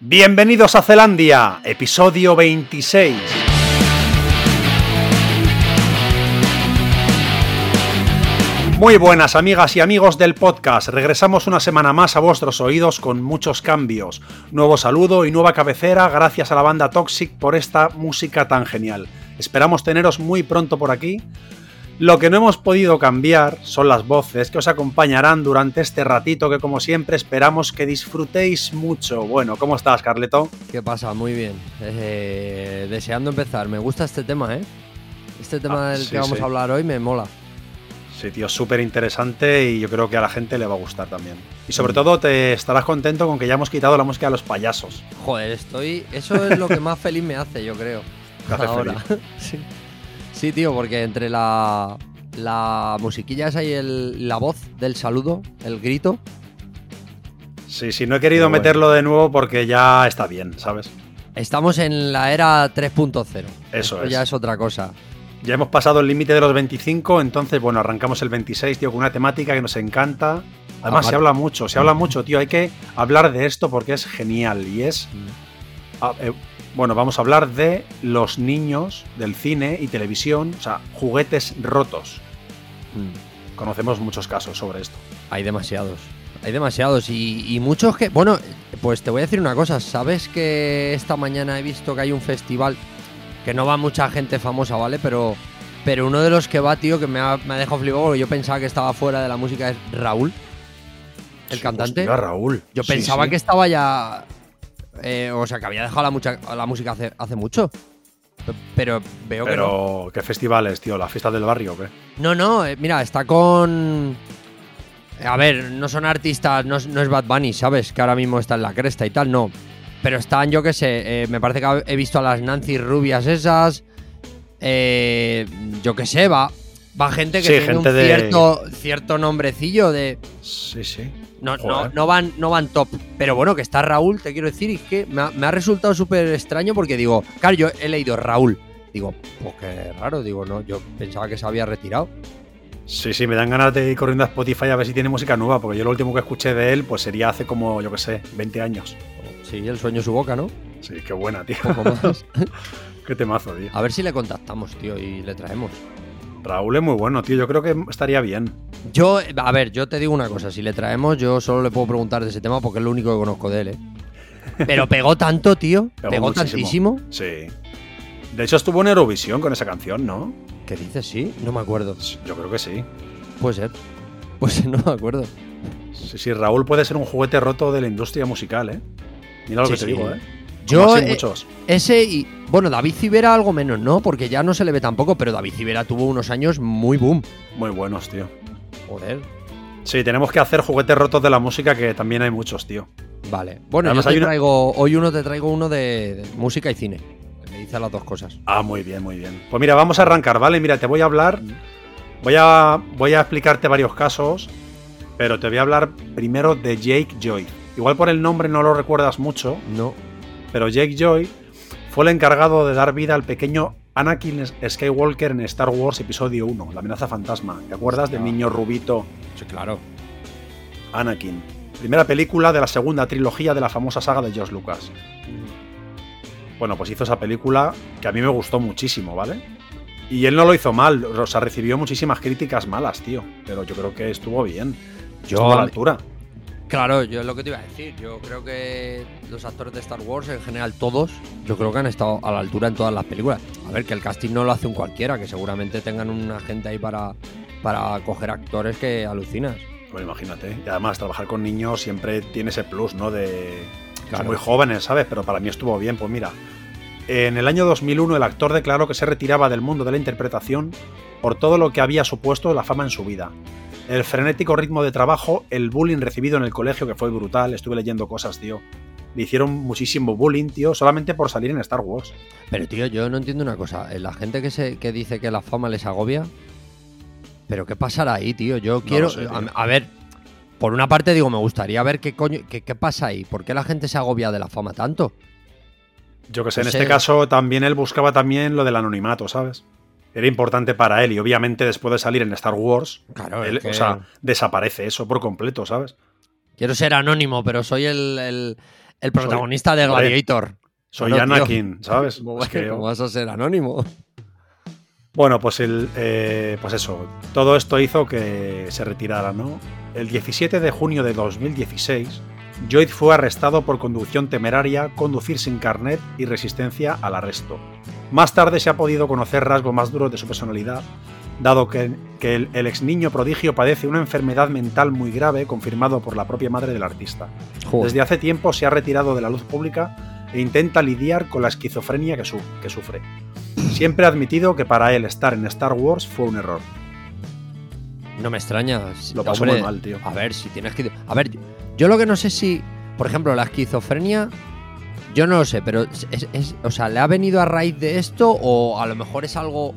Bienvenidos a Zelandia, episodio 26. Muy buenas amigas y amigos del podcast, regresamos una semana más a vuestros oídos con muchos cambios. Nuevo saludo y nueva cabecera gracias a la banda Toxic por esta música tan genial. Esperamos teneros muy pronto por aquí. Lo que no hemos podido cambiar son las voces que os acompañarán durante este ratito que, como siempre, esperamos que disfrutéis mucho. Bueno, ¿cómo estás, Carleto? ¿Qué pasa? Muy bien. Deseando empezar. Me gusta este tema, ¿eh? Este tema del que vamos a hablar hoy me mola. Sí, tío, súper interesante y yo creo que a la gente le va a gustar también. Y sobre todo te estarás contento con que ya hemos quitado la música de los payasos. Joder, eso es lo que más feliz me hace, yo creo. ¿Te hace ahora? Feliz? Sí, tío, porque entre la musiquilla esa y la voz del saludo, el grito. Sí, no he querido meterlo de nuevo porque ya está bien, ¿sabes? Estamos en la era 3.0. Eso es. Ya es otra cosa. Ya hemos pasado el límite de los 25, entonces, bueno, arrancamos el 26, tío, con una temática que nos encanta. Además, se habla mucho, tío. Hay que hablar de esto porque es genial y es... Bueno, vamos a hablar de los niños del cine y televisión, o sea, juguetes rotos. Conocemos muchos casos sobre esto. Hay demasiados y muchos que... Bueno, pues te voy a decir una cosa. ¿Sabes que esta mañana he visto que hay un festival que no va mucha gente famosa, ¿vale? Pero uno de los que va, tío, que me ha dejado flipado porque yo pensaba que estaba fuera de la música, es Raúl, el cantante. Hostia, Raúl. Yo pensaba que estaba ya... o sea, que había dejado la música hace mucho. Pero veo que no. Pero, ¿qué festivales, tío? ¿La fiesta del barrio o qué? No, mira, está con... A ver, no son artistas, no es Bad Bunny, ¿sabes? Que ahora mismo está en la cresta y tal, no. Pero están, yo qué sé, me parece que he visto a las Nancy rubias esas. Yo qué sé, va gente que tiene un cierto nombrecillo de... Sí. No van top. Pero bueno, que está Raúl, te quiero decir, y que me ha resultado súper extraño porque digo, claro, yo he leído Raúl. Digo, pues qué raro, digo, no, yo pensaba que se había retirado. Sí, me dan ganas de ir corriendo a Spotify a ver si tiene música nueva, porque yo lo último que escuché de él, pues sería hace como, yo qué sé, 20 años. Sí, el sueño en su boca, ¿no? Sí, qué buena, tío. Un poco más. Qué temazo, tío. A ver si le contactamos, tío, y le traemos. Raúl es muy bueno, tío, yo creo que estaría bien. Yo te digo una cosa, si le traemos, yo solo le puedo preguntar de ese tema porque es lo único que conozco de él, ¿eh? Pero pegó tanto, tío. Pegó tantísimo. Sí. De hecho, estuvo en Eurovisión con esa canción, ¿no? ¿Qué dices? Sí, no me acuerdo. Yo creo que sí. Puede ser. Pues no me acuerdo. Sí, Raúl puede ser un juguete roto de la industria musical, ¿eh? Mira lo que te digo, ¿eh? Yo, muchos. Ese y... Bueno, David Civera algo menos, ¿no? Porque ya no se le ve tampoco, pero David Civera tuvo unos años muy boom. Muy buenos, tío. Joder. Sí, tenemos que hacer juguetes rotos de la música, que también hay muchos, tío. Vale. Bueno, además, hoy te traigo uno de música y cine. Me dice las dos cosas. Ah, muy bien. Pues mira, vamos a arrancar, ¿vale? Mira, te voy a hablar... Voy a explicarte varios casos, pero te voy a hablar primero de Jake Joy. Igual por el nombre no lo recuerdas mucho. No. Pero Jake Joy fue el encargado de dar vida al pequeño Anakin Skywalker en Star Wars Episodio 1, La amenaza fantasma. ¿Te acuerdas del niño rubito? Sí, claro. Anakin. Primera película de la segunda trilogía de la famosa saga de George Lucas. Bueno, pues hizo esa película que a mí me gustó muchísimo, ¿vale? Y él no lo hizo mal, o sea, recibió muchísimas críticas malas, tío. Pero yo creo que estuvo bien. Estuvo a la altura. Claro, yo es lo que te iba a decir. Yo creo que los actores de Star Wars, en general todos, yo creo que han estado a la altura en todas las películas. A ver, que el casting no lo hace un cualquiera, que seguramente tengan una gente ahí para coger actores que alucinas. Bueno, imagínate. Y además, trabajar con niños siempre tiene ese plus, ¿no? De... Claro. Son muy jóvenes, ¿sabes? Pero para mí estuvo bien. Pues mira, en el año 2001 el actor declaró que se retiraba del mundo de la interpretación por todo lo que había supuesto la fama en su vida. El frenético ritmo de trabajo, el bullying recibido en el colegio, que fue brutal. Estuve leyendo cosas, tío. Le hicieron muchísimo bullying, tío, solamente por salir en Star Wars. Pero, tío, yo no entiendo una cosa. La gente que dice que la fama les agobia, ¿pero qué pasará ahí, tío? Yo quiero... No lo sé, tío. A ver, por una parte digo, me gustaría ver qué pasa ahí. ¿Por qué la gente se agobia de la fama tanto? Yo que sé, en este caso también él buscaba también lo del anonimato, ¿sabes? Era importante para él y obviamente después de salir en Star Wars, claro, él, o sea, desaparece eso por completo, ¿sabes? Quiero ser anónimo, pero soy el El protagonista de Gladiator. Soy Anakin, ¿sabes? ¿Cómo vas a ser anónimo? Bueno, pues eso. Todo esto hizo que se retirara, ¿no? El 17 de junio de 2016, Lloyd fue arrestado por conducción temeraria, conducir sin carnet y resistencia al arresto. Más tarde se ha podido conocer rasgos más duros de su personalidad, dado que el ex niño prodigio padece una enfermedad mental muy grave, confirmado por la propia madre del artista. Joder. Desde hace tiempo se ha retirado de la luz pública e intenta lidiar con la esquizofrenia que sufre. Siempre ha admitido que para él estar en Star Wars fue un error. No me extraña. Lo pasó muy mal, tío. A ver, si tienes que... A ver, yo lo que no sé si... Por ejemplo, la esquizofrenia... Yo no lo sé, pero o sea, ¿le ha venido a raíz de esto o a lo mejor es algo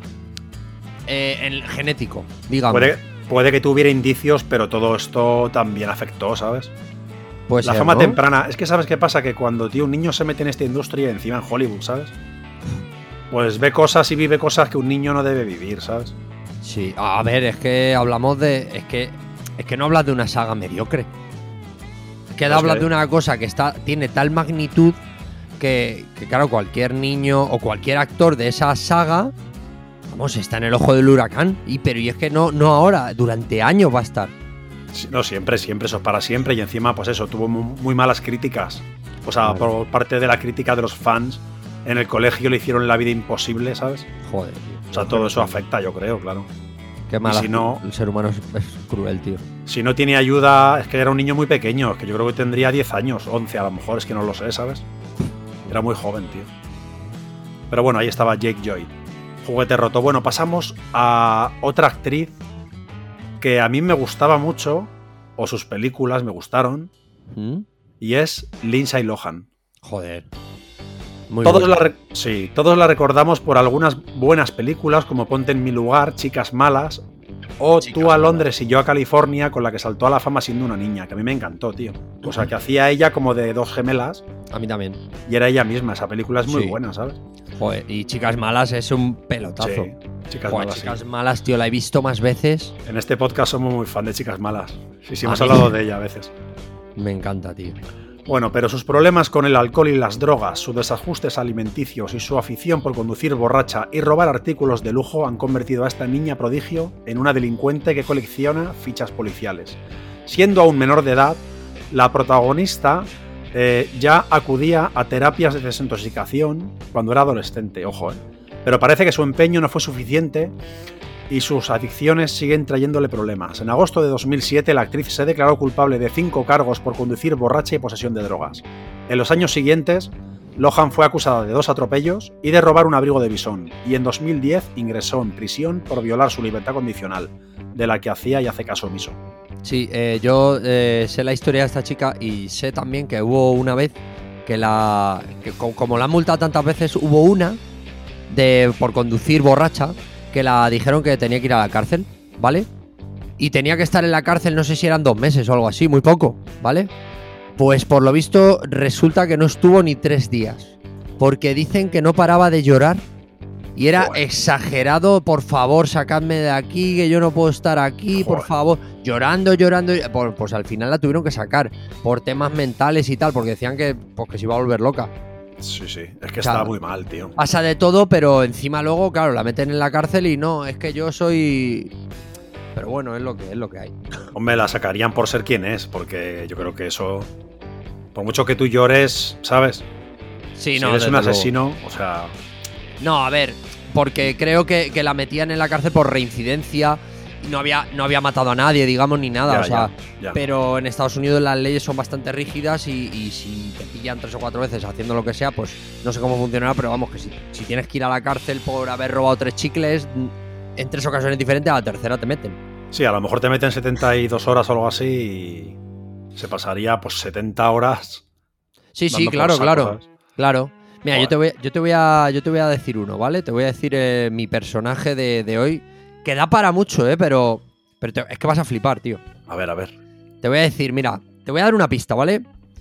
genético, digamos? Puede que tuviera indicios, pero todo esto también afectó, ¿sabes? Pues la fama temprana. Es que ¿sabes qué pasa? Que cuando, tío, un niño se mete en esta industria, encima en Hollywood, ¿sabes? Pues ve cosas y vive cosas que un niño no debe vivir, ¿sabes? Sí, a ver, es que hablamos de... Es que no hablas de una saga mediocre. Es que hablas de una cosa que tiene tal magnitud que claro, cualquier niño o cualquier actor de esa saga, vamos, está en el ojo del huracán. Pero es que no ahora, durante años va a estar. No, siempre, eso es para siempre. Y encima, pues eso, tuvo muy malas críticas. O sea, por parte de la crítica de los fans, en el colegio le hicieron la vida imposible, ¿sabes? Joder, tío. O sea, todo eso afecta, yo creo, claro. Qué mala. Si no, el ser humano es cruel, tío. Si no tiene ayuda, es que era un niño muy pequeño, es que yo creo que tendría 10 años, 11 a lo mejor, es que no lo sé, ¿sabes? Era muy joven, tío. Pero bueno, ahí estaba Jake Lloyd. Juguete roto. Bueno, pasamos a otra actriz que a mí me gustaba mucho, o sus películas me gustaron, y es Lindsay Lohan. Joder. Todos la recordamos por algunas buenas películas como Ponte en mi lugar, Chicas malas, o Tú a Londres y yo a California, con la que saltó a la fama siendo una niña, que a mí me encantó, tío. O sea, que hacía ella como de dos gemelas. A mí también. Y era ella misma, esa película es muy buena, ¿sabes? Joder, y Chicas malas es un pelotazo. Sí, Chicas malas, tío, la he visto más veces. En este podcast somos muy fan de Chicas malas. Sí, hemos hablado de ella a veces. Me encanta, tío. Bueno, pero sus problemas con el alcohol y las drogas, sus desajustes alimenticios y su afición por conducir borracha y robar artículos de lujo han convertido a esta niña prodigio en una delincuente que colecciona fichas policiales. Siendo aún menor de edad, la protagonista ya acudía a terapias de desintoxicación cuando era adolescente, ojo, pero parece que su empeño no fue suficiente y sus adicciones siguen trayéndole problemas. En agosto de 2007, la actriz se declaró culpable de 5 cargos por conducir borracha y posesión de drogas. En los años siguientes, Lohan fue acusada de 2 atropellos y de robar un abrigo de bisón, y en 2010 ingresó en prisión por violar su libertad condicional, de la que hacía y hace caso omiso. Sí, yo sé la historia de esta chica y sé también que hubo una vez que como la han multado tantas veces, hubo una por conducir borracha que la dijeron que tenía que ir a la cárcel, ¿vale? Y tenía que estar en la cárcel, no sé si eran 2 meses o algo así, muy poco, ¿vale? Pues por lo visto resulta que no estuvo ni 3 días, porque dicen que no paraba de llorar y era exagerado. Por favor, sacadme de aquí, que yo no puedo estar aquí, por favor. Llorando. Pues al final la tuvieron que sacar por temas mentales y tal, porque decían que se iba a volver loca. Sí, es que estaba muy mal, tío. Pasa de todo, pero encima luego, claro, la meten en la cárcel y no, es que yo soy... Pero bueno, es lo que hay. Hombre, la sacarían por ser quien es, porque yo creo que eso... Por mucho que tú llores, ¿sabes? Sí, si eres un asesino, o sea... No, a ver, porque creo que la metían en la cárcel por reincidencia. No había matado a nadie, digamos, ni nada, ya. Pero en Estados Unidos las leyes son bastante rígidas y si te pillan 3 o 4 veces haciendo lo que sea, pues no sé cómo funcionará, pero vamos, que si tienes que ir a la cárcel por haber robado 3 chicles, en 3 ocasiones diferentes, a la tercera te meten. Sí, a lo mejor te meten 72 horas o algo así y se pasaría pues 70 horas. Sí, claro. Mira, yo te voy a decir uno, ¿vale? Te voy a decir mi personaje de hoy. Que da para mucho, pero es que vas a flipar, tío. A ver. Te voy a decir, mira, te voy a dar una pista, ¿vale?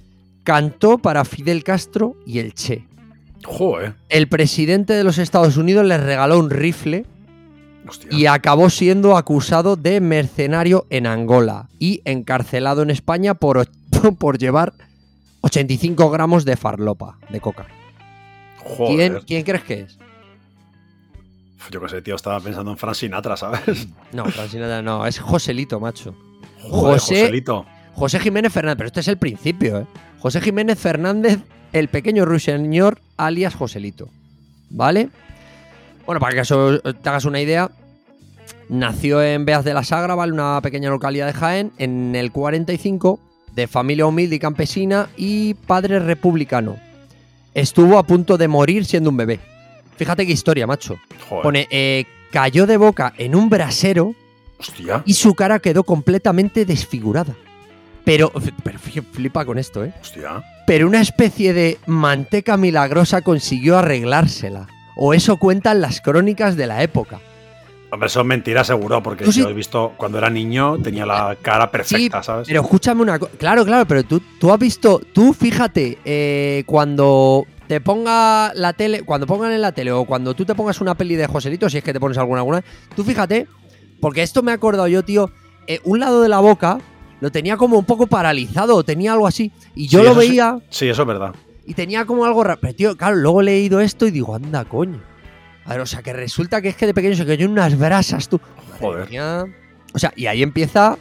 Cantó para Fidel Castro y el Che. Joder. El presidente de los Estados Unidos les regaló un rifle. Hostia. Y acabó siendo acusado de mercenario en Angola y encarcelado en España por llevar 85 gramos de farlopa, de coca. Joder. ¿Quién crees que es? Yo qué sé, tío, estaba pensando en Frank Sinatra, ¿sabes? No, Frank Sinatra no, es Joselito, macho. Joder, Joselito. José Jiménez Fernández, pero este es el principio, ¿eh? José Jiménez Fernández, el pequeño ruiseñor, alias Joselito. ¿Vale? Bueno, para que eso te hagas una idea, nació en Beas de la Sagra, ¿vale? Una pequeña localidad de Jaén, en el 45, de familia humilde y campesina y padre republicano. Estuvo a punto de morir siendo un bebé. Fíjate qué historia, macho. Joder. Pone, cayó de boca en un brasero. Hostia. Y su cara quedó completamente desfigurada. Pero flipa con esto, ¿eh? Hostia. Pero una especie de manteca milagrosa consiguió arreglársela. O eso cuentan las crónicas de la época. Hombre, eso es mentira seguro, porque yo he visto cuando era niño, tenía la cara perfecta, sí, ¿sabes? Pero escúchame una cosa. Claro, pero tú has visto. Tú fíjate, cuando te ponga la tele. Cuando pongan en la tele o cuando tú te pongas una peli de Joselito, si es que te pones alguna. Tú fíjate, porque esto me he acordado yo, tío. Un lado de la boca lo tenía como un poco paralizado, tenía algo así. Y yo lo veía. Sí, eso es verdad. Y tenía como algo raro. Pero, tío, claro, luego he leído esto y digo, anda, coño. A ver, o sea, que resulta que es que de pequeño se cayó en unas brasas, tú. Joder. O sea, y ahí empieza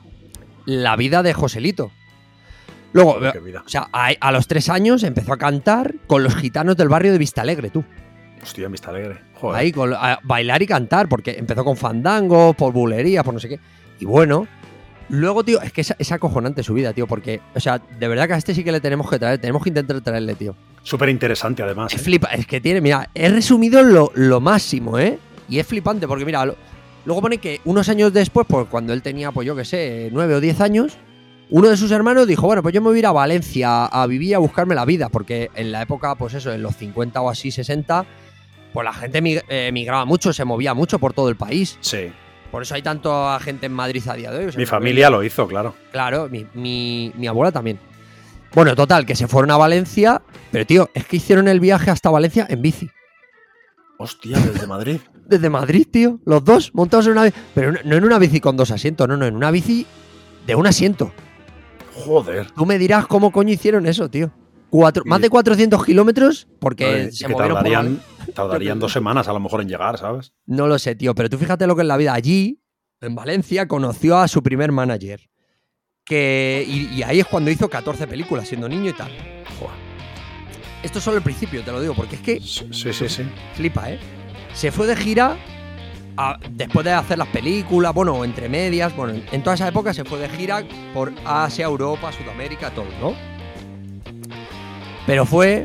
la vida de Joselito. Luego, Joder, qué vida. o sea, a los 3 años empezó a cantar con los gitanos del barrio de Vistalegre, tú. Hostia, Vistalegre. Joder. Ahí, a bailar y cantar, porque empezó con fandango, por bulería, por no sé qué. Y bueno, luego, tío, es que es acojonante su vida, tío, porque, o sea, de verdad que a este sí que le tenemos que traer, tenemos que intentar traerle, tío. Súper interesante, además. Flipa, es que tiene, mira, he resumido lo máximo, ¿eh? Y es flipante, porque mira, luego pone que unos años después, pues cuando él tenía, pues yo qué sé, 9 o 10 años, uno de sus hermanos dijo, bueno, pues yo me voy a ir a Valencia a vivir y a buscarme la vida, porque en la época, pues eso, en los 50 o así, 60, pues la gente migraba mucho, se movía mucho por todo el país. Sí. Por eso hay tanta gente en Madrid a día de hoy. O sea, mi familia lo hizo, claro. Claro, mi abuela también. Bueno, total, que se fueron a Valencia, pero tío, es que hicieron el viaje hasta Valencia en bici. Hostia, desde Madrid. Desde Madrid, tío, los dos montados en una bici. Pero no en una bici con 2 asientos, no, en una bici de un asiento. Joder. Tú me dirás cómo coño hicieron eso, tío. Más de 400 kilómetros porque se movieron tardarían 2 semanas a lo mejor en llegar, ¿sabes? No lo sé, tío, pero tú fíjate lo que es la vida. Allí, en Valencia, conoció a su primer manager. Y ahí es cuando hizo 14 películas, siendo niño y tal. Joder. Esto es solo el principio, te lo digo, porque es que... Sí. Flipa, ¿eh? Se fue de gira después de hacer las películas, bueno, entre medias, bueno, en toda esa época se fue de gira por Asia, Europa, Sudamérica, todo, ¿no? Pero fue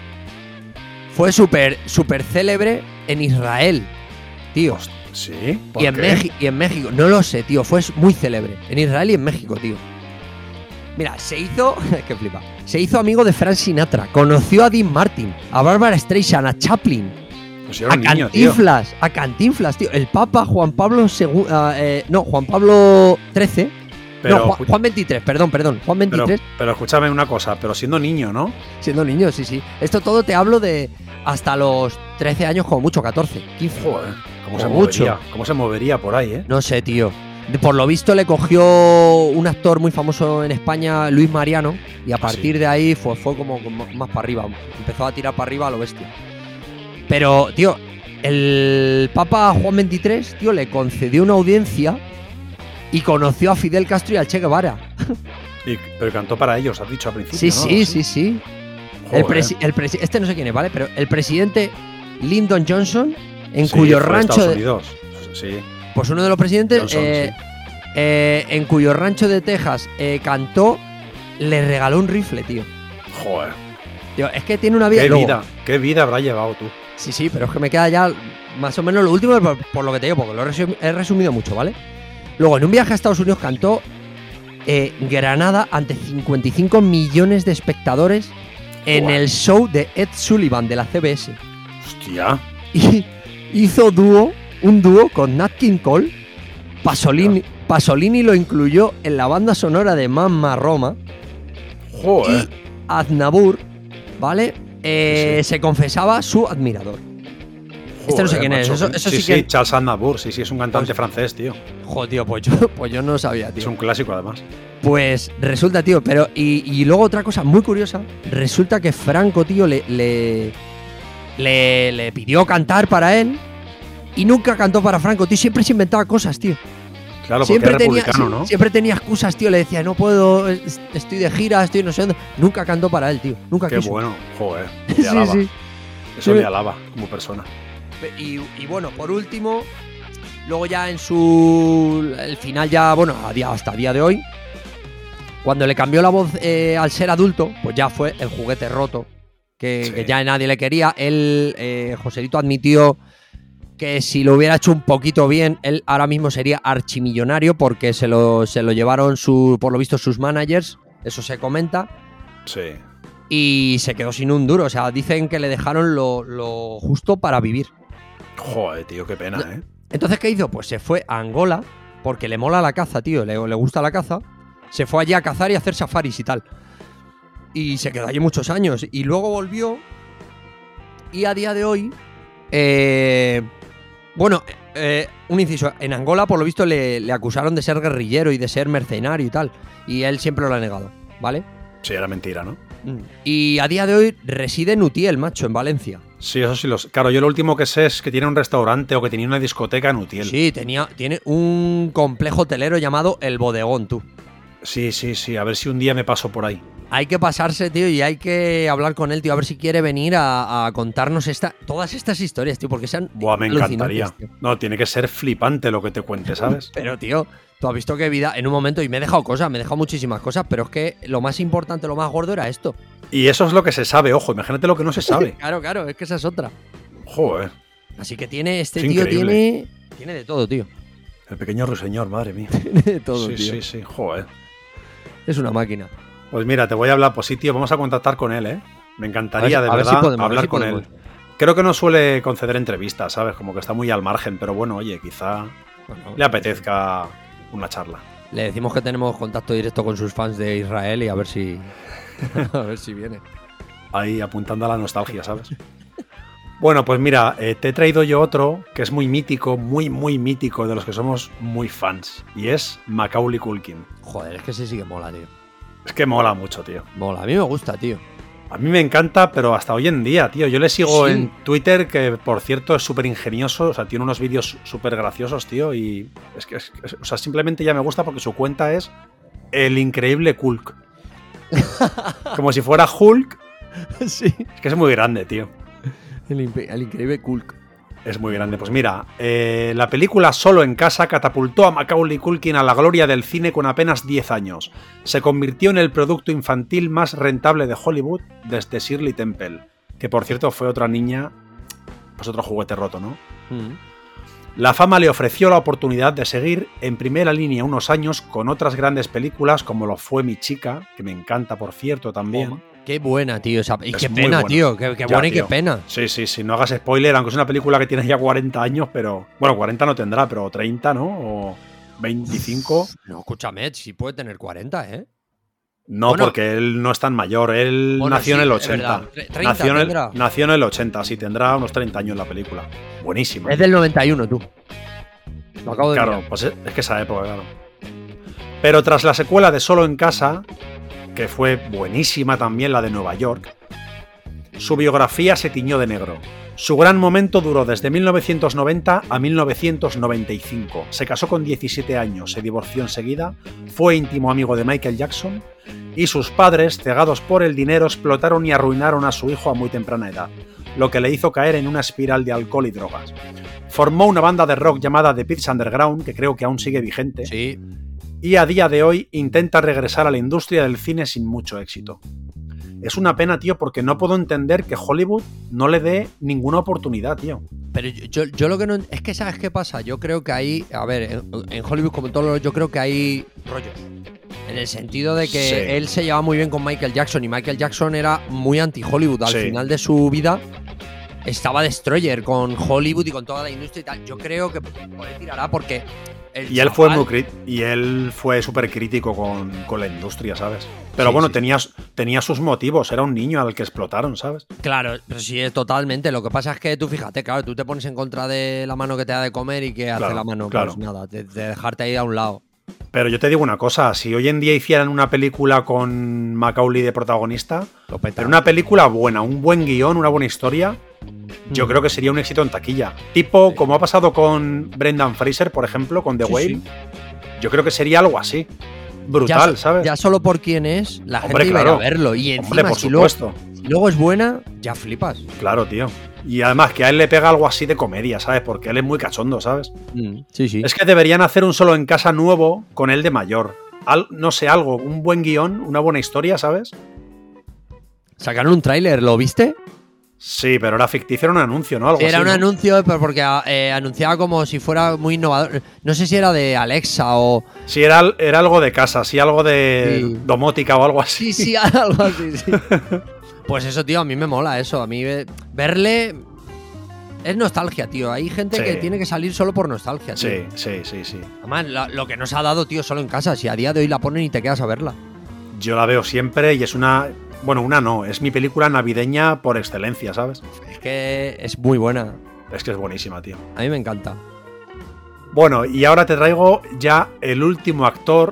súper célebre en Israel, tío. ¿Sí? Y en México, no lo sé, tío, fue muy célebre. En Israel y en México, tío. Mira, qué flipa. Se hizo amigo de Frank Sinatra, conoció a Dean Martin, a Barbara Streisand, a Chaplin, pues era un a niño, Cantinflas, tío. A Cantinflas, tío. El Papa Juan Pablo II, Juan Pablo XIII. Pero, no, Juan 23, perdón, Juan 23. Pero escúchame una cosa, pero siendo niño, ¿no? Siendo niño, sí. Esto todo te hablo de hasta los 13 años, como mucho, 14, 15. Joder, ¿cómo se movería por ahí, eh? No sé, tío. Por lo visto le cogió un actor muy famoso en España, Luis Mariano, y a partir de ahí fue como más para arriba. Empezó a tirar para arriba a lo bestia. Pero, tío, el Papa Juan 23, tío, le concedió una audiencia y conoció a Fidel Castro y al Che Guevara. Pero cantó para ellos, has dicho al principio, Sí. Este no sé quién es, ¿vale? Pero el presidente Lyndon Johnson, en cuyo rancho Estados Unidos. Sí. Pues uno de los presidentes Johnson, en cuyo rancho de Texas cantó, le regaló un rifle, tío. Joder. Tío, es que tiene una vida. ¿Qué vida habrá llevado tú? Sí, pero es que me queda ya más o menos lo último por lo que te digo, porque lo he resumido mucho, ¿vale? Luego, en un viaje a Estados Unidos cantó Granada ante 55 millones de espectadores en el show de Ed Sullivan de la CBS. Hostia. Y hizo un dúo con Nat King Cole. Pasolini lo incluyó en la banda sonora de Mamma Roma. Joder. Y Aznavour, ¿vale? Se confesaba su admirador. Este no sé quién es. Eso sí que... Charles Aznavour, sí, es un cantante francés, tío. Joder, tío, pues yo no lo sabía, tío. Es un clásico, además. Pues resulta, tío, pero... Y luego otra cosa muy curiosa. Resulta que Franco, tío, le pidió cantar para él y nunca cantó para Franco, tío. Siempre se inventaba cosas, tío. Claro, porque es republicano, ¿no? Siempre tenía excusas, tío. Le decía, no puedo, estoy de gira, estoy no sé dónde. Nunca cantó para él, tío. Nunca quiso. Qué bueno, joder. Le alaba. Sí. Eso le alaba como persona. Y bueno, por último, luego ya en el final ya, bueno, hasta el día de hoy, cuando le cambió la voz al ser adulto, pues ya fue el juguete roto, que ya nadie le quería. Él, Joselito admitió que si lo hubiera hecho un poquito bien, él ahora mismo sería archimillonario porque se lo llevaron, por lo visto, sus managers, eso se comenta. Sí. Y se quedó sin un duro, o sea, dicen que le dejaron lo justo para vivir. Joder, tío, qué pena, ¿eh? Entonces, ¿qué hizo? Pues se fue a Angola, porque le mola la caza, tío, le gusta la caza. Se fue allí a cazar y a hacer safaris y tal. Y se quedó allí muchos años. Y luego volvió. Y a día de hoy... un inciso. En Angola, por lo visto, le acusaron de ser guerrillero y de ser mercenario y tal. Y él siempre lo ha negado, ¿vale? Sí, era mentira, ¿no? Y a día de hoy reside en Utiel, macho, en Valencia. Sí, eso sí Claro, yo lo último que sé es que tiene un restaurante o que tenía una discoteca en Utiel. Sí, tiene un complejo hotelero llamado El Bodegón, tú. Sí, a ver si un día me paso por ahí. Hay que pasarse, tío, y hay que hablar con él, tío, a ver si quiere venir a contarnos todas estas historias, tío, porque sean... Buah, me encantaría. Tío. No, tiene que ser flipante lo que te cuente, ¿sabes? Pero, tío, tú has visto qué vida en un momento, y me he dejado muchísimas cosas, pero es que lo más importante, lo más gordo era esto. Y eso es lo que se sabe, ojo, imagínate lo que no se sabe. Claro, es que esa es otra. Joder. Así que tiene de todo, tío. El pequeño ruiseñor, madre mía. Tiene de todo, tío. Sí, joder. Es una máquina. Pues mira, te voy a hablar, pues sí, tío, vamos a contactar con él, ¿eh? Me encantaría, de verdad, hablar con él. Creo que no suele conceder entrevistas, ¿sabes? Como que está muy al margen, pero bueno, oye, quizá le apetezca una charla. Le decimos que tenemos contacto directo con sus fans de Israel y a ver si viene. Ahí apuntando a la nostalgia, ¿sabes? Bueno, pues mira, te he traído yo otro que es muy mítico, muy mítico, de los que somos muy fans. Y es Macaulay Culkin. Joder, es que ese sí que mola, tío. Es que mola mucho, tío. Mola, a mí me gusta, tío. A mí me encanta, pero hasta hoy en día, tío. Yo le sigo en Twitter, que por cierto es súper ingenioso. O sea, tiene unos vídeos súper graciosos, tío. Y es que, o sea, simplemente ya me gusta porque su cuenta es El Increíble Hulk. Como si fuera Hulk. Sí. Es que es muy grande, tío. El Increíble Hulk. Es muy grande. Pues mira, la película Solo en casa catapultó a Macaulay Culkin a la gloria del cine con apenas 10 años. Se convirtió en el producto infantil más rentable de Hollywood desde Shirley Temple, que por cierto fue otra niña, pues otro juguete roto, ¿no? La fama le ofreció la oportunidad de seguir en primera línea unos años con otras grandes películas como lo fue Mi Chica, que me encanta por cierto también. Qué buena, tío. Y qué pena, tío. Qué buena y qué pena. Sí. No hagas spoiler, aunque es una película que tiene ya 40 años, pero... Bueno, 40 no tendrá, pero 30, ¿no? O 25. No, escúchame, sí puede tener 40, ¿eh? No, bueno, porque él no es tan mayor. Él nació en el 80. 30 nació en el 80, sí, tendrá unos 30 años la película. Buenísima. Es del 91, tú. Lo acabo de mirar. Pues es que esa época, claro. Pero tras la secuela de Solo en casa, que fue buenísima también, la de Nueva York, su biografía se tiñó de negro. Su gran momento duró desde 1990 a 1995. Se casó con 17 años, se divorció enseguida, fue íntimo amigo de Michael Jackson y sus padres, cegados por el dinero, explotaron y arruinaron a su hijo a muy temprana edad, lo que le hizo caer en una espiral de alcohol y drogas. Formó una banda de rock llamada The Pete's Underground, que creo que aún sigue vigente. Sí. Y a día de hoy intenta regresar a la industria del cine sin mucho éxito. Es una pena, tío, porque no puedo entender que Hollywood no le dé ninguna oportunidad, tío. Pero yo lo que no... Es que, ¿sabes qué pasa? Yo creo que hay... A ver, en Hollywood, como en todo, yo creo que hay rollos. En el sentido de que él se llevaba muy bien con Michael Jackson y Michael Jackson era muy anti-Hollywood. Al final de su vida estaba Destroyer con Hollywood y con toda la industria y tal. Yo creo que por él tirará porque y él fue súper crítico con la industria, ¿sabes? Pero bueno, tenía sus motivos, era un niño al que explotaron, ¿sabes? Claro, pero sí, totalmente. Lo que pasa es que tú fíjate, claro, tú te pones en contra de la mano que te da de comer y ¿qué hace la mano? Claro. Pues nada, de dejarte ahí a un lado. Pero yo te digo una cosa, si hoy en día hicieran una película con Macaulay de protagonista, pero una película buena, un buen guión, una buena historia, yo creo que sería un éxito en taquilla. Tipo, como ha pasado con Brendan Fraser, por ejemplo, con The Whale, yo creo que sería algo así. Brutal, ¿sabes? Ya solo por quién es, la gente iba a ir a verlo. Y encima, por supuesto. Si luego es buena, ya flipas. Claro, tío. Y además que a él le pega algo así de comedia, ¿sabes? Porque él es muy cachondo, ¿sabes? Sí. Es que deberían hacer un Solo en Casa nuevo con él de mayor. No sé, algo, un buen guión, una buena historia, ¿sabes? Sacaron un tráiler, ¿lo viste? Sí, pero era ficticio, era un anuncio, ¿no? Algo era así, un anuncio, pero porque anunciaba como si fuera muy innovador. No sé si era de Alexa o... Sí, era algo de casa, sí, algo de domótica o algo así. Sí, algo así, sí. Pues eso, tío, a mí me mola eso. A mí verle... Es nostalgia, tío. Hay gente que tiene que salir solo por nostalgia, tío. Sí. Además, lo que nos ha dado, tío, Solo en Casa. Si a día de hoy la ponen y te quedas a verla. Yo la veo siempre y es una... Bueno, es mi película navideña por excelencia, ¿sabes? Es que es muy buena. Es que es buenísima, tío. A mí me encanta. Bueno, y ahora te traigo ya el último actor.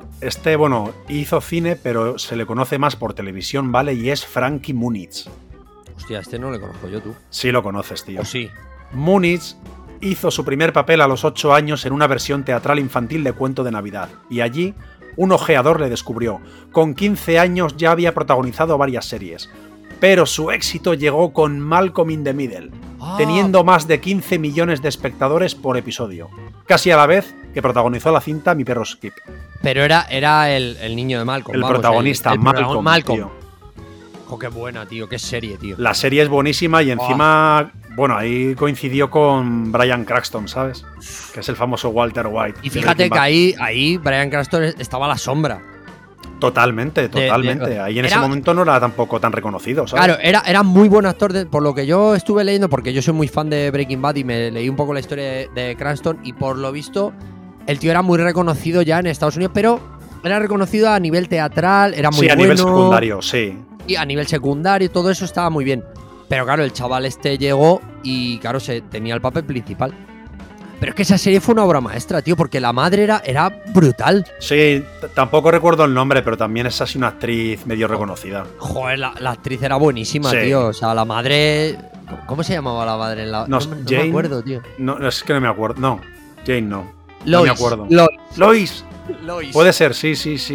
Hizo cine, pero se le conoce más por televisión, ¿vale? Y es Frankie Muniz. Hostia, este no le conozco yo, tú. Sí lo conoces, tío. ¿O sí? Muniz hizo su primer papel a los 8 años en una versión teatral infantil de Cuento de Navidad. Y allí... un ojeador le descubrió. Con 15 años ya había protagonizado varias series. Pero su éxito llegó con Malcolm in the Middle, teniendo más de 15 millones de espectadores por episodio. Casi a la vez que protagonizó la cinta Mi perro Skip. Pero era el niño de Malcolm. El protagonista, Malcolm. Tío. Oh, qué buena, tío. Qué serie, tío. La serie es buenísima y encima... Bueno, ahí coincidió con Bryan Cranston, ¿sabes? Que es el famoso Walter White. Y fíjate que ahí Bryan Cranston estaba a la sombra. Totalmente. Ahí en ese momento no era tampoco tan reconocido, ¿sabes? Claro, era muy buen actor, por lo que yo estuve leyendo, porque yo soy muy fan de Breaking Bad y me leí un poco la historia de Cranston y por lo visto el tío era muy reconocido ya en Estados Unidos, pero era reconocido a nivel teatral, era muy bueno. Sí, a nivel secundario, sí. Y a nivel secundario, todo eso estaba muy bien. Pero claro, el chaval este llegó y claro, tenía el papel principal. Pero es que esa serie fue una obra maestra, tío, porque la madre era brutal. Sí, tampoco recuerdo el nombre, pero también es así una actriz medio reconocida. Joder, la actriz era buenísima, tío. O sea, la madre... ¿Cómo se llamaba la madre? No me acuerdo, tío. No, es que no me acuerdo. No, Jane no. Lois, no me acuerdo. Lois. Puede ser, sí.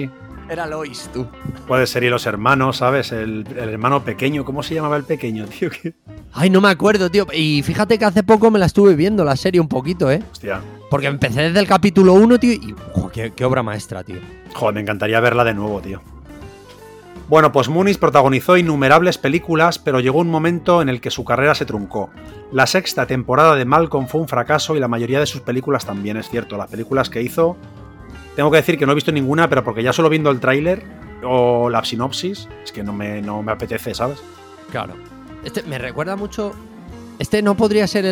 Era Lois, tú. Puede ser, y los hermanos, ¿sabes? El hermano pequeño, ¿cómo se llamaba el pequeño, tío? Ay, no me acuerdo, tío. Y fíjate que hace poco me la estuve viendo, la serie, un poquito, ¿eh? Hostia. Porque empecé desde el capítulo 1, tío, y... qué obra maestra, tío. Joder, me encantaría verla de nuevo, tío. Bueno, pues Muniz protagonizó innumerables películas, pero llegó un momento en el que su carrera se truncó. La 6ª temporada de Malcolm fue un fracaso y la mayoría de sus películas también, es cierto. Las películas que hizo... Tengo que decir que no he visto ninguna, pero porque ya solo viendo el tráiler o la sinopsis, es que no me apetece, ¿sabes? Claro. Este me recuerda mucho... Este no podría ser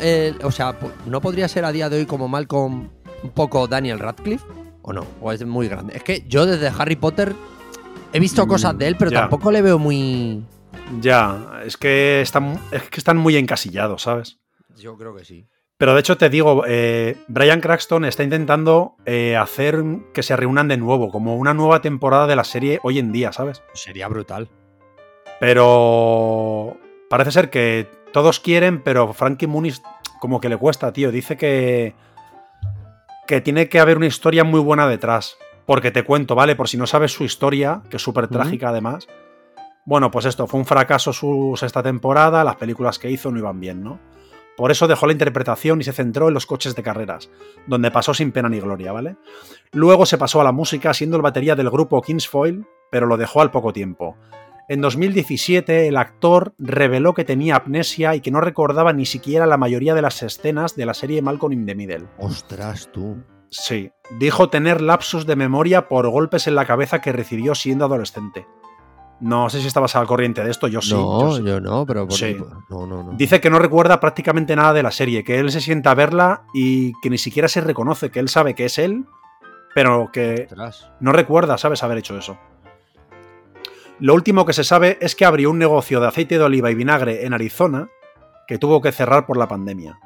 o sea, no podría ser a día de hoy como Malcolm un poco Daniel Radcliffe, ¿o no? ¿O es muy grande? Es que yo desde Harry Potter he visto cosas de él, pero tampoco le veo muy... Ya, es que están muy encasillados, ¿sabes? Yo creo que sí. Pero de hecho te digo, Bryan Cranston está intentando hacer que se reúnan de nuevo, como una nueva temporada de la serie hoy en día, ¿sabes? Sería brutal. Pero parece ser que todos quieren, pero Frankie Muniz como que le cuesta, tío. Dice que tiene que haber una historia muy buena detrás. Porque te cuento, ¿vale? Por si no sabes su historia, que es súper trágica además. Bueno, pues esto, fue un fracaso su 6ª temporada, las películas que hizo no iban bien, ¿no? Por eso dejó la interpretación y se centró en los coches de carreras, donde pasó sin pena ni gloria, ¿vale? Luego se pasó a la música siendo el batería del grupo Kingsfoil, pero lo dejó al poco tiempo. En 2017 el actor reveló que tenía amnesia y que no recordaba ni siquiera la mayoría de las escenas de la serie Malcolm in the Middle. ¡Ostras, tú! Sí, dijo tener lapsus de memoria por golpes en la cabeza que recibió siendo adolescente. No sé si estabas al corriente de esto, yo sí. Yo no, pero... Sí. No. Dice que no recuerda prácticamente nada de la serie, que él se sienta a verla y que ni siquiera se reconoce, que él sabe que es él, pero que no recuerda, ¿sabes?, haber hecho eso. Lo último que se sabe es que abrió un negocio de aceite de oliva y vinagre en Arizona que tuvo que cerrar por la pandemia.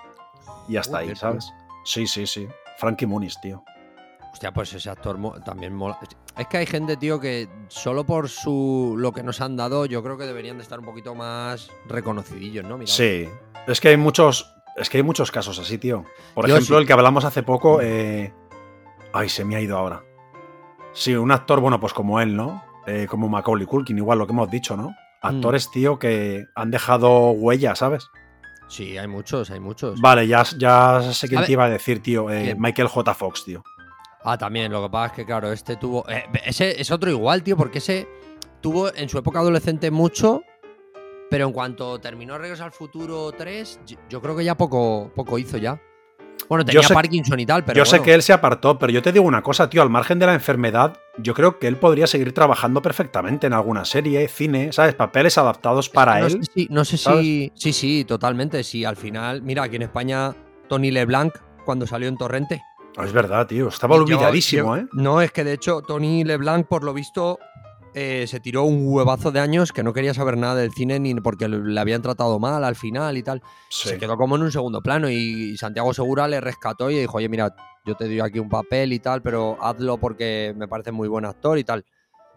Y hasta ahí, ¿sabes? Sí. Frankie Muniz, tío. Hostia, pues ese actor también mola. Es que hay gente, tío, que solo por lo que nos han dado, yo creo que deberían de estar un poquito más reconocidillos, ¿no? Mira. Sí, es que hay muchos casos así, tío. Por ejemplo, el que hablamos hace poco. Ay, se me ha ido ahora. Sí, un actor, bueno, pues como él, ¿no? Como Macaulay Culkin, igual lo que hemos dicho, ¿no? Actores, tío, que han dejado huella, ¿sabes? Sí, hay muchos. Vale, ya sé quién te iba a decir, tío. Michael J. Fox, tío. Ah, también, lo que pasa es que, claro, este tuvo... ese es otro igual, tío, porque ese tuvo en su época adolescente mucho, pero en cuanto terminó Regreso al Futuro 3, yo creo que ya poco hizo ya. Bueno, tenía Parkinson y tal, pero yo sé que él se apartó, pero yo te digo una cosa, tío, al margen de la enfermedad, yo creo que él podría seguir trabajando perfectamente en alguna serie, cine, ¿sabes? Papeles adaptados para él. No sé si... Sí, totalmente. Sí, al final... Mira, aquí en España, Tony LeBlanc, cuando salió en Torrente... Es verdad, tío. Estaba olvidadísimo, ¿eh? No, es que de hecho Tony LeBlanc, por lo visto, se tiró un huevazo de años que no quería saber nada del cine ni porque le habían tratado mal al final y tal. Sí. Se quedó como en un segundo plano y Santiago Segura le rescató y dijo, oye, mira, yo te doy aquí un papel y tal, pero hazlo porque me parece muy buen actor y tal.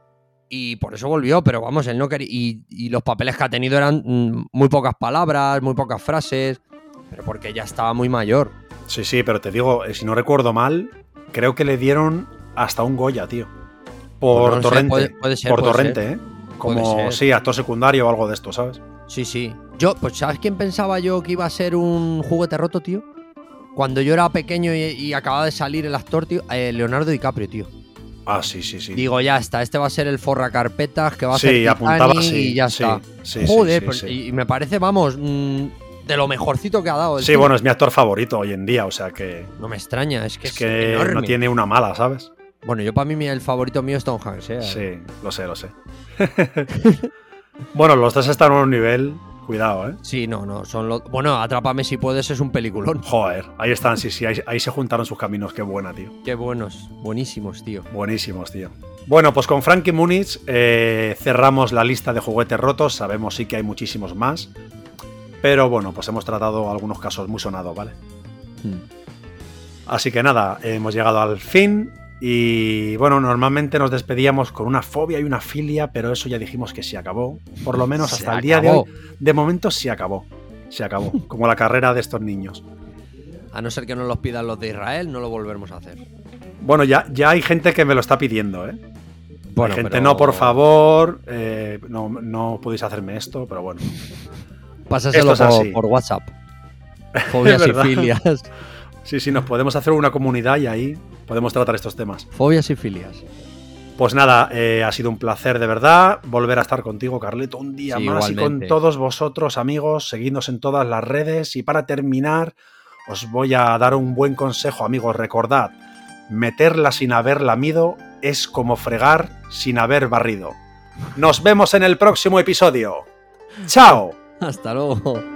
Y por eso volvió, pero vamos, él no quería... Y los papeles que ha tenido eran muy pocas palabras, muy pocas frases, pero porque ya estaba muy mayor. Sí, pero te digo, si no recuerdo mal, creo que le dieron hasta un Goya, tío. Por Torrente. Puede ser. Por Torrente, ¿eh? Como, sí, actor secundario o algo de esto, ¿sabes? Sí. Pues ¿sabes quién pensaba yo que iba a ser un juguete roto, tío? Cuando yo era pequeño y acababa de salir el actor, tío, Leonardo DiCaprio, tío. Ah, sí. Digo, ya está, este va a ser el forracarpetas que va a ser Titanic apuntaba y ya está. Joder, y me parece, vamos... de lo mejorcito que ha dado. Sí, bueno, es mi actor favorito hoy en día, o sea que... No me extraña, es que enorme. No tiene una mala, ¿sabes? Bueno, yo para mí el favorito mío es Tom Hanks, ¿eh? Sí, lo sé. Bueno, los dos están a un nivel... Cuidado, ¿eh? Sí, no, son los... Bueno, Atrápame si puedes es un peliculón. Joder, ahí están, sí, ahí se juntaron sus caminos, qué buena, tío. Qué buenísimos, tío. Buenísimos, tío. Bueno, pues con Frankie Muniz cerramos la lista de juguetes rotos, sabemos sí que hay muchísimos más, pero bueno, pues hemos tratado algunos casos muy sonados, ¿vale? Así que nada, hemos llegado al fin. Y bueno, normalmente nos despedíamos con una fobia y una filia, pero eso ya dijimos que se acabó. Por lo menos hasta el día de hoy. De momento se acabó. Se acabó. Como la carrera de estos niños. A no ser que nos los pidan los de Israel, no lo volveremos a hacer. Bueno, ya hay gente que me lo está pidiendo, ¿eh? Bueno, hay gente, no, por favor, no podéis hacerme esto, pero bueno. Pásaselo por WhatsApp. Fobias y filias. Sí, nos podemos hacer una comunidad y ahí podemos tratar estos temas. Fobias y filias. Pues nada, ha sido un placer de verdad volver a estar contigo, Carleto, un día más. Igualmente. Y con todos vosotros, amigos, seguidnos en todas las redes. Y para terminar, os voy a dar un buen consejo, amigos. Recordad, meterla sin haber lamido es como fregar sin haber barrido. Nos vemos en el próximo episodio. ¡Chao! Hasta luego.